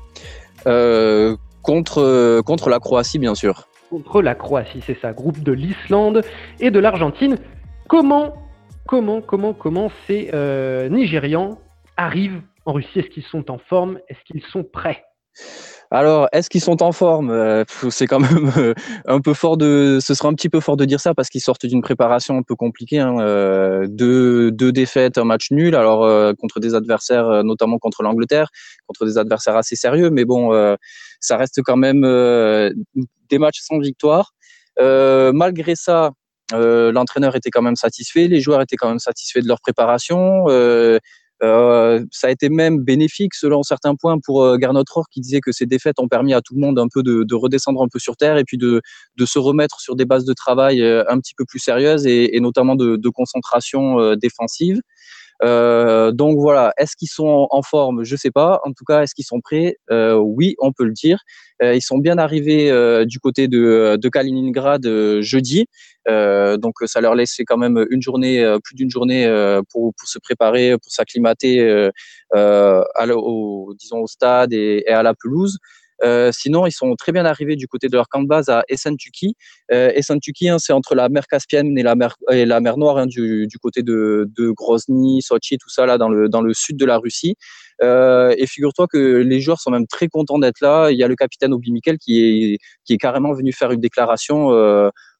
contre la Croatie, bien sûr. Contre la Croatie, c'est ça, groupe de l'Islande et de l'Argentine. Comment ces Nigérians arrivent en Russie? Est-ce qu'ils sont en forme? Est-ce qu'ils sont prêts? Alors, est-ce qu'ils sont en forme? C'est quand même ce sera un petit peu fort de dire ça parce qu'ils sortent d'une préparation un peu compliquée, hein. Deux défaites, un match nul, alors contre des adversaires, notamment contre l'Angleterre, contre des adversaires assez sérieux, mais bon, ça reste quand même des matchs sans victoire. Malgré ça, l'entraîneur était quand même satisfait, les joueurs étaient quand même satisfaits de leur préparation. Ça a été même bénéfique selon certains points pour Gernot Rohr, qui disait que ces défaites ont permis à tout le monde un peu de redescendre un peu sur terre et puis de se remettre sur des bases de travail un petit peu plus sérieuses et notamment de concentration défensive. Donc voilà, est-ce qu'ils sont en forme? Je sais pas. En tout cas, est-ce qu'ils sont prêts? Oui, on peut le dire. Ils sont bien arrivés du côté de Kaliningrad jeudi. Donc ça leur laissait quand même plus d'une journée pour se préparer, pour s'acclimater disons au stade et à la pelouse. Sinon, ils sont très bien arrivés du côté de leur camp de base à Essentuki. Essentuki, c'est entre la mer Caspienne et la mer Noire, du côté de Grozny, Sochi, tout ça là dans le sud de la Russie. Et figure-toi que les joueurs sont même très contents d'être là. Il y a le capitaine Obi Mikel qui est carrément venu faire une déclaration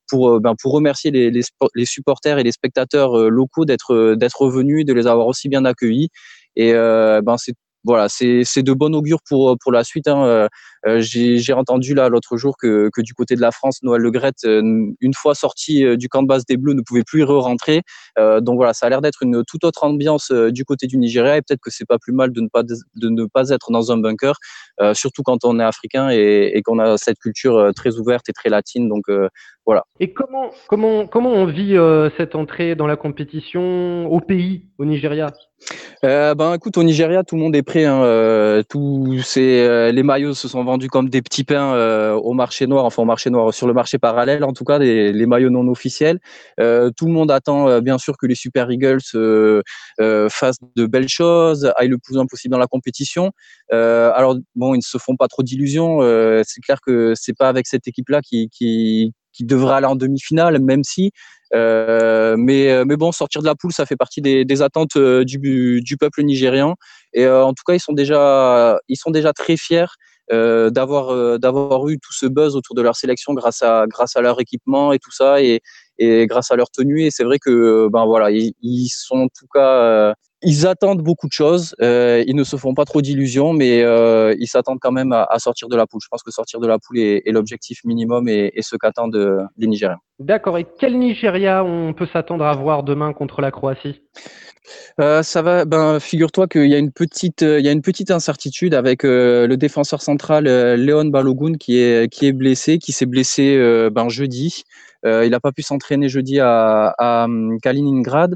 pour remercier les supporters et les spectateurs locaux d'être venus, de les avoir aussi bien accueillis. Et c'est de bon augure pour la suite. J'ai entendu là l'autre jour que du côté de la France, Noël Le Graët, une fois sorti du camp de base des Bleus, ne pouvait plus y re-rentrer. Donc voilà, ça a l'air d'être une toute autre ambiance du côté du Nigeria, et peut-être que c'est pas plus mal de ne pas être dans un bunker, surtout quand on est africain et qu'on a cette culture très ouverte et très latine. Donc voilà. Et comment on vit cette entrée dans la compétition au pays, au Nigeria? Écoute, au Nigeria, tout le monde est prêt. Les maillots se sont vendus comme des petits pains au marché noir, sur le marché parallèle, en tout cas, les maillots non officiels. Tout le monde attend, bien sûr, que les Super Eagles fassent de belles choses, aillent le plus loin possible dans la compétition. Alors, bon, ils ne se font pas trop d'illusions. C'est clair que c'est pas avec cette équipe-là qui devrait aller en demi-finale, même si. Mais bon, sortir de la poule, ça fait partie des attentes du peuple nigérian. Et en tout cas, ils sont déjà très fiers d'avoir eu tout ce buzz autour de leur sélection grâce à leur équipement et tout ça, et grâce à leur tenue. Et c'est vrai que ils sont en tout cas ils attendent beaucoup de choses, ils ne se font pas trop d'illusions, mais ils s'attendent quand même à sortir de la poule. Je pense que sortir de la poule est l'objectif minimum et ce qu'attendent les Nigériens. D'accord, et quel Nigeria on peut s'attendre à voir demain contre la Croatie? Figure-toi qu'il y a une petite incertitude avec le défenseur central Léon Balogun qui est blessé, qui s'est blessé jeudi. Il n'a pas pu s'entraîner jeudi à Kaliningrad.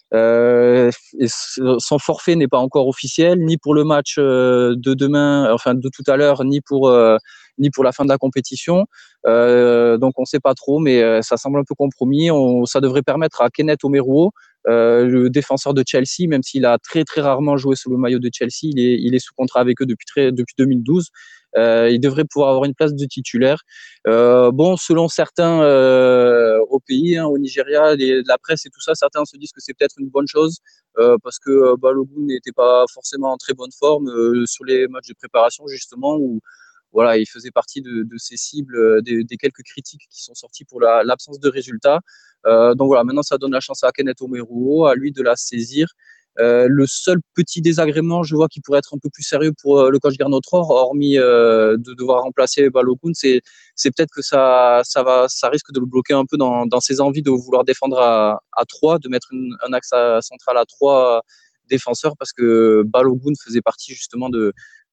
Son forfait n'est pas encore officiel, ni pour le match de demain, enfin de tout à l'heure, ni pour la fin de la compétition. Donc on ne sait pas trop, mais ça semble un peu compromis. Ça devrait permettre à Kenneth Omeruo, le défenseur de Chelsea, même s'il a très très rarement joué sous le maillot de Chelsea, il est sous contrat avec eux depuis 2012. Il devrait pouvoir avoir une place de titulaire. Selon certains au pays, au Nigeria, la presse et tout ça, certains se disent que c'est peut-être une bonne chose parce que Balogun n'était pas forcément en très bonne forme sur les matchs de préparation, justement, où voilà, il faisait partie de ces cibles, des quelques critiques qui sont sorties pour l'absence de résultats. Donc voilà, maintenant ça donne la chance à Kenneth Omeruo, à lui de la saisir. Le seul petit désagrément, je vois, qui pourrait être un peu plus sérieux pour le coach Gernot Rohr, hormis de devoir remplacer Balogun, c'est peut-être que ça risque de le bloquer un peu dans ses envies de vouloir défendre à 3, de mettre un axe central à 3 défenseurs, parce que Balogun faisait partie justement de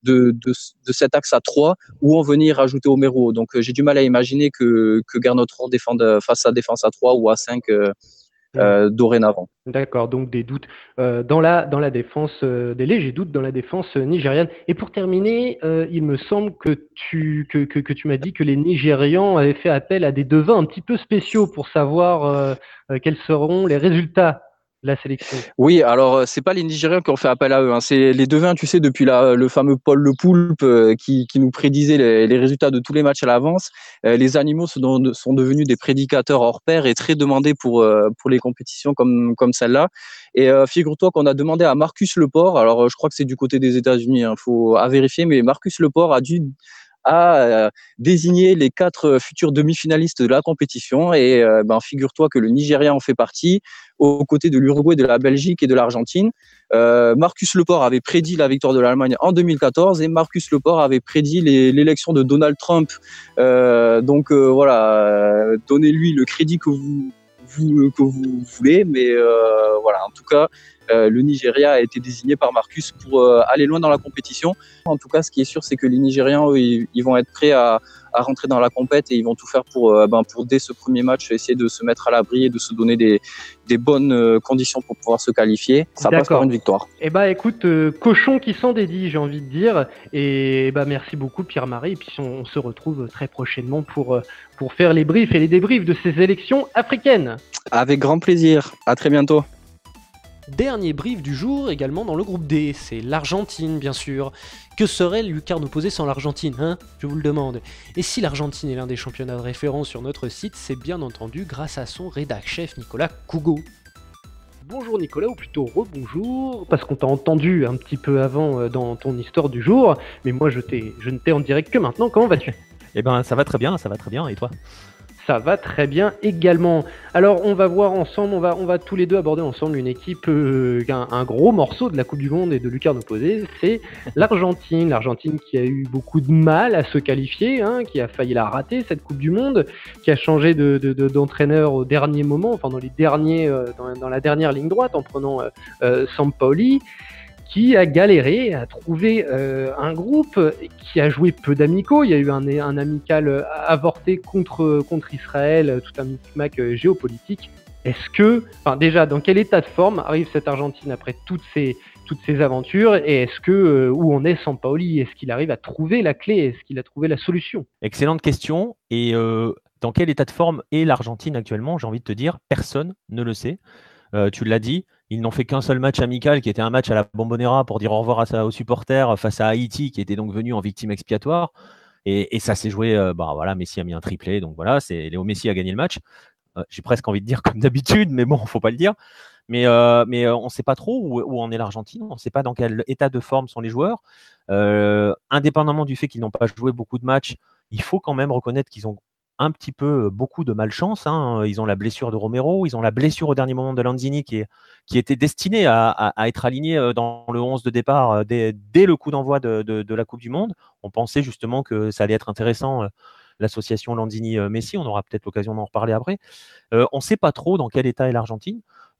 cet axe à 3 où on venait y rajouter Omeruo. Donc j'ai du mal à imaginer que Gernot Rohr fasse sa défense à 3 ou à 5 dorénavant. D'accord, donc des doutes dans la défense, des légers doutes dans la défense nigériane. Et pour terminer, il me semble que tu m'as dit que les Nigérians avaient fait appel à des devins un petit peu spéciaux pour savoir quels seront les résultats de la sélection. Oui, alors c'est pas les Nigériens qui ont fait appel à eux, c'est les devins, tu sais, depuis le fameux Paul Le Poulpe qui nous prédisait les résultats de tous les matchs à l'avance. Les animaux sont devenus des prédicateurs hors pair et très demandés pour les compétitions comme celle-là. Et figure-toi qu'on a demandé à Marcus Leport, alors je crois que c'est du côté des États-Unis, faut à vérifier, mais Marcus Leport a désigné les 4 futurs demi-finalistes de la compétition, et figure-toi que le Nigeria en fait partie, aux côtés de l'Uruguay, de la Belgique et de l'Argentine. Marcus Leport avait prédit la victoire de l'Allemagne en 2014, et Marcus Leport avait prédit l'élection de Donald Trump. Donnez-lui le crédit que vous voulez, mais voilà, en tout cas, le Nigeria a été désigné par Marcus pour aller loin dans la compétition. En tout cas, ce qui est sûr, c'est que les Nigérians, eux, ils vont être prêts à rentrer dans la compète, et ils vont tout faire pour dès ce premier match, essayer de se mettre à l'abri et de se donner des bonnes conditions pour pouvoir se qualifier. Ça passe par une victoire. Écoute, cochon qui s'en dédie, j'ai envie de dire. Et merci beaucoup, Pierre-Marie. Et puis on se retrouve très prochainement pour faire les briefs et les débriefs de ces élections africaines. Avec grand plaisir. À très bientôt. Dernier brief du jour, également dans le groupe D, c'est l'Argentine, bien sûr. Que serait le lucarne opposé sans l'Argentine, hein ? Je vous le demande. Et si l'Argentine est l'un des championnats de référence sur notre site, c'est bien entendu grâce à son rédac-chef Nicolas Cougo. Bonjour Nicolas, ou plutôt rebonjour, parce qu'on t'a entendu un petit peu avant dans ton histoire du jour, mais moi je ne t'ai en direct que maintenant. Comment vas-tu ? Ça va très bien, et toi ? Ça va très bien également. Alors on va voir ensemble, on va tous les deux aborder ensemble une équipe, un gros morceau de la Coupe du Monde et de lucarne opposée, c'est l'Argentine. L'Argentine qui a eu beaucoup de mal à se qualifier, hein, qui a failli la rater cette Coupe du Monde, qui a changé d'entraîneur au dernier moment, enfin dans la dernière ligne droite en prenant Sampaoli, qui a galéré à trouver un groupe qui a joué peu d'amicaux. Il y a eu un amical avorté contre Israël, tout un micmac géopolitique. Est-ce que, déjà, dans quel état de forme arrive cette Argentine après toutes ces aventures, et est-ce que où en est Sampaoli? Est-ce qu'il arrive à trouver la clé? Est-ce qu'il a trouvé la solution? Excellente question. Et dans quel état de forme est l'Argentine actuellement? J'ai envie de te dire, personne ne le sait. Tu l'as dit, ils n'ont fait qu'un seul match amical qui était un match à la Bombonera pour dire au revoir aux supporters face à Haïti qui était donc venu en victime expiatoire. Et ça s'est joué, voilà, Messi a mis un triplé, donc voilà, Léo Messi a gagné le match. J'ai presque envie de dire comme d'habitude, mais bon, faut pas le dire. Mais on ne sait pas trop où en est l'Argentine, on ne sait pas dans quel état de forme sont les joueurs. Indépendamment du fait qu'ils n'ont pas joué beaucoup de matchs, il faut quand même reconnaître qu'ils ont un petit peu beaucoup de malchance, hein. Ils ont la blessure de Romero, ils ont la blessure au dernier moment de Lanzini qui était destiné à être aligné dans le 11 de départ dès le coup d'envoi de la Coupe du Monde. On pensait justement que ça allait être intéressant, l'association Lanzini-Messi, on aura peut-être l'occasion d'en reparler après. On ne sait pas trop dans quel état est l'Argentine.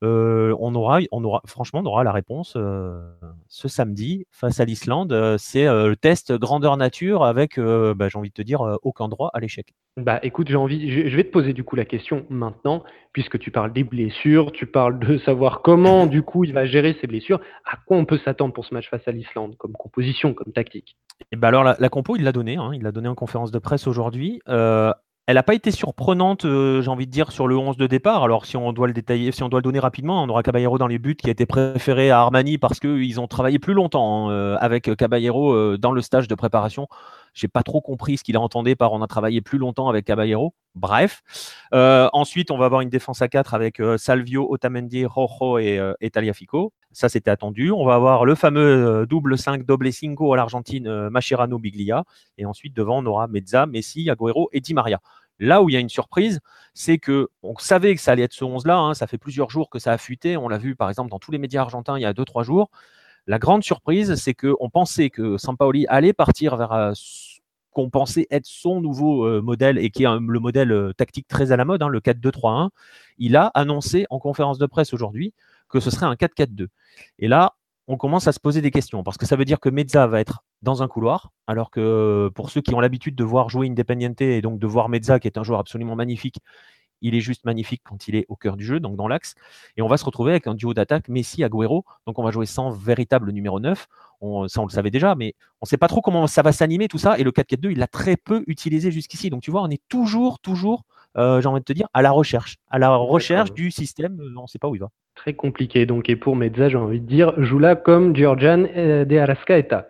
Franchement, on aura la réponse ce samedi face à l'Islande. C'est le test grandeur nature avec, j'ai envie de te dire, aucun droit à l'échec. Écoute, je vais te poser du coup la question maintenant, puisque tu parles des blessures, tu parles de savoir comment du coup il va gérer ses blessures. À quoi on peut s'attendre pour ce match face à l'Islande, comme composition, comme tactique? Et alors la compo, il l'a donné, hein, il l'a donné en conférence de presse aujourd'hui. Elle n'a pas été surprenante, j'ai envie de dire, sur le 11 de départ. Alors, si on doit le détailler, si on doit le donner rapidement, on aura Caballero dans les buts qui a été préféré à Armani parce qu'ils ont travaillé plus longtemps avec Caballero dans le stage de préparation. Je n'ai pas trop compris ce qu'il a entendu par on a travaillé plus longtemps avec Caballero. Bref. Ensuite, on va avoir une défense à 4 avec Salvio, Otamendi, Rojo et Tagliafico. Ça, c'était attendu. On va avoir le fameux double 5, doble 5 à l'Argentine, Mascherano, Biglia. Et ensuite, devant, on aura Mezza, Messi, Agüero et Di Maria. Là où il y a une surprise, c'est qu'on savait que ça allait être ce 11-là. Hein. Ça fait plusieurs jours que ça a fuité. On l'a vu, par exemple, dans tous les médias argentins il y a 2-3 jours. La grande surprise, c'est qu'on pensait que Sampaoli allait partir vers qu'on pensait être son nouveau modèle et qui est le modèle tactique très à la mode, hein, le 4-2-3-1. Il a annoncé en conférence de presse aujourd'hui que ce serait un 4-4-2. Et là, on commence à se poser des questions parce que ça veut dire que Mezza va être dans un couloir, alors que pour ceux qui ont l'habitude de voir jouer Independiente et donc de voir Mezza, qui est un joueur absolument magnifique, il est juste magnifique quand il est au cœur du jeu, donc dans l'axe. Et on va se retrouver avec un duo d'attaque Messi-Agüero. Donc on va jouer sans véritable numéro 9. Ça, on le savait déjà, mais on ne sait pas trop comment ça va s'animer, tout ça. Et le 4-4-2, il l'a très peu utilisé jusqu'ici. Donc tu vois, on est toujours, j'ai envie de te dire, à la recherche du système. On ne sait pas où il va. Très compliqué. Donc, et pour Mezza, j'ai envie de dire, joue là comme Giorgian de Arrascaeta.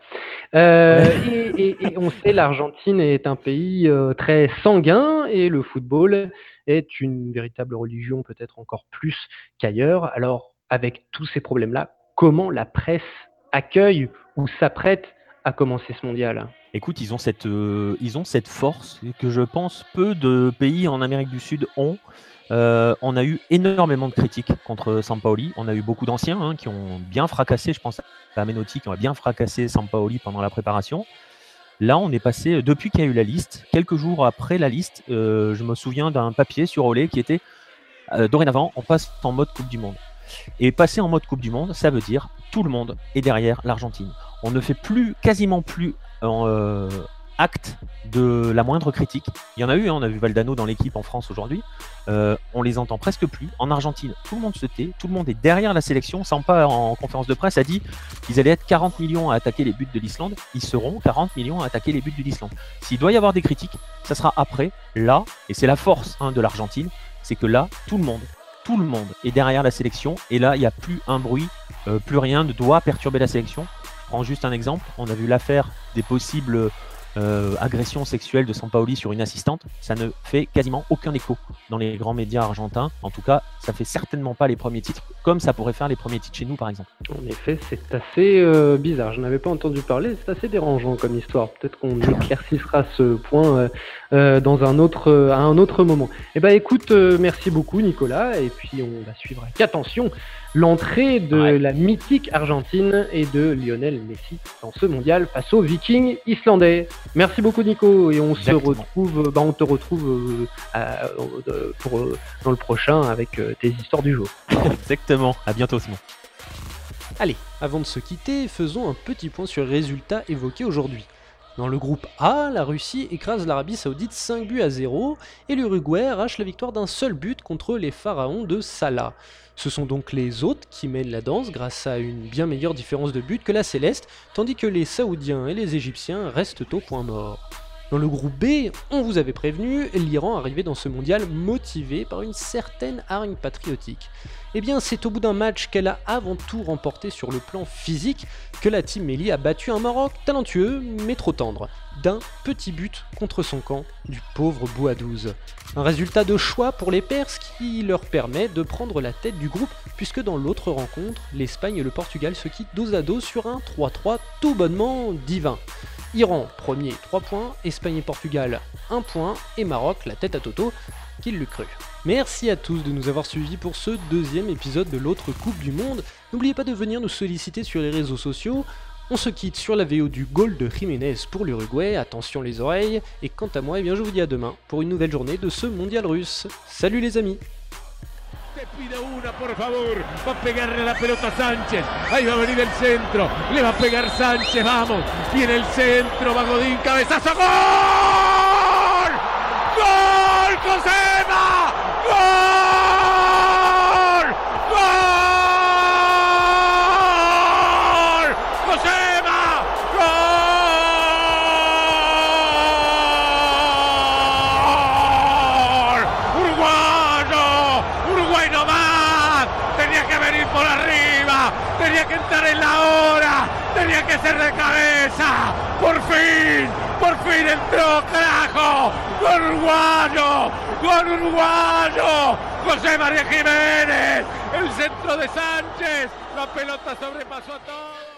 Et on sait, l'Argentine est un pays très sanguin et le football est une véritable religion, peut-être encore plus qu'ailleurs. Alors, avec tous ces problèmes-là, comment la presse accueille ou s'apprête à commencer ce mondial? Écoute, ils ont cette force que je pense peu de pays en Amérique du Sud ont. On a eu énormément de critiques contre Sampaoli. On a eu beaucoup d'anciens qui ont bien fracassé, je pense à Menotti, qui ont bien fracassé Sampaoli pendant la préparation. Là, on est passé, depuis qu'il y a eu la liste, quelques jours après la liste, je me souviens d'un papier sur Olé qui était dorénavant, on passe en mode Coupe du Monde. Et passer en mode Coupe du Monde, ça veut dire tout le monde est derrière l'Argentine. On ne fait quasiment plus acte de la moindre critique. Il y en a eu, on a vu Valdano dans l'équipe en France aujourd'hui. On les entend presque plus. En Argentine, tout le monde se tait, tout le monde est derrière la sélection. Sampa, en conférence de presse, a dit qu'ils allaient être 40 millions à attaquer les buts de l'Islande. Ils seront 40 millions à attaquer les buts de l'Islande. S'il doit y avoir des critiques, ça sera après, là, et c'est la force de l'Argentine, c'est que là, tout le monde est derrière la sélection, et là, il n'y a plus un bruit, plus rien ne doit perturber la sélection. Je prends juste un exemple, on a vu l'affaire des possibles agression sexuelle de Sampaoli sur une assistante, ça ne fait quasiment aucun écho dans les grands médias argentins. En tout cas, ça fait certainement pas les premiers titres, comme ça pourrait faire les premiers titres chez nous, par exemple. En effet, c'est assez bizarre. Je n'avais pas entendu parler. C'est assez dérangeant comme histoire. Peut-être qu'on éclaircira ce point dans à un autre moment. Eh ben, écoute, merci beaucoup, Nicolas. Et puis, on va suivre avec attention l'entrée de la mythique Argentine et de Lionel Messi dans ce mondial face aux Vikings islandais. Merci beaucoup, Nico. Et on te retrouve dans le prochain avec tes histoires du jour. Exactement. À bientôt, Simon. Allez, avant de se quitter, faisons un petit point sur les résultats évoqués aujourd'hui. Dans le groupe A, la Russie écrase l'Arabie Saoudite 5-0 et l'Uruguay arrache la victoire d'un seul but contre les Pharaons de Salah. Ce sont donc les hôtes qui mènent la danse grâce à une bien meilleure différence de but que la Céleste, tandis que les Saoudiens et les Égyptiens restent au point mort. Dans le groupe B, on vous avait prévenu, l'Iran arrivait dans ce mondial motivé par une certaine hargne patriotique. Eh bien, c'est au bout d'un match qu'elle a avant tout remporté sur le plan physique que la Team Melli a battu un Maroc talentueux mais trop tendre, d'un petit but contre son camp du pauvre Bouadouz. Un résultat de choix pour les Perses qui leur permet de prendre la tête du groupe puisque dans l'autre rencontre, l'Espagne et le Portugal se quittent dos à dos sur un 3-3 tout bonnement divin. Iran, premier, 3 points, Espagne et Portugal, 1 point, et Maroc, la tête à Toto, qui l'eût cru. Merci à tous de nous avoir suivis pour ce deuxième épisode de l'autre Coupe du Monde. N'oubliez pas de venir nous solliciter sur les réseaux sociaux. On se quitte sur la VO du goal de Jiménez pour l'Uruguay, attention les oreilles, et quant à moi, je vous dis à demain pour une nouvelle journée de ce mondial russe. Salut les amis! Te pide una, por favor, va a pegarle la pelota a Sánchez, ahí va a venir el centro, le va a pegar Sánchez, vamos, viene el centro, va Godín, cabezazo, ¡gol! ¡Gol, Josema! ¡Gol! ¡Gol! ¡Josema! ¡Gol! ¡Uruguayo! ¡Uruguay no más! Tenía que venir por arriba, tenía que entrar en la hora, tenía que ser de cabeza. Por fin entró, carajo. ¡Gol uruguayo! ¡Gol uruguayo! José María Jiménez, el centro de Sánchez, la pelota sobrepasó a todos.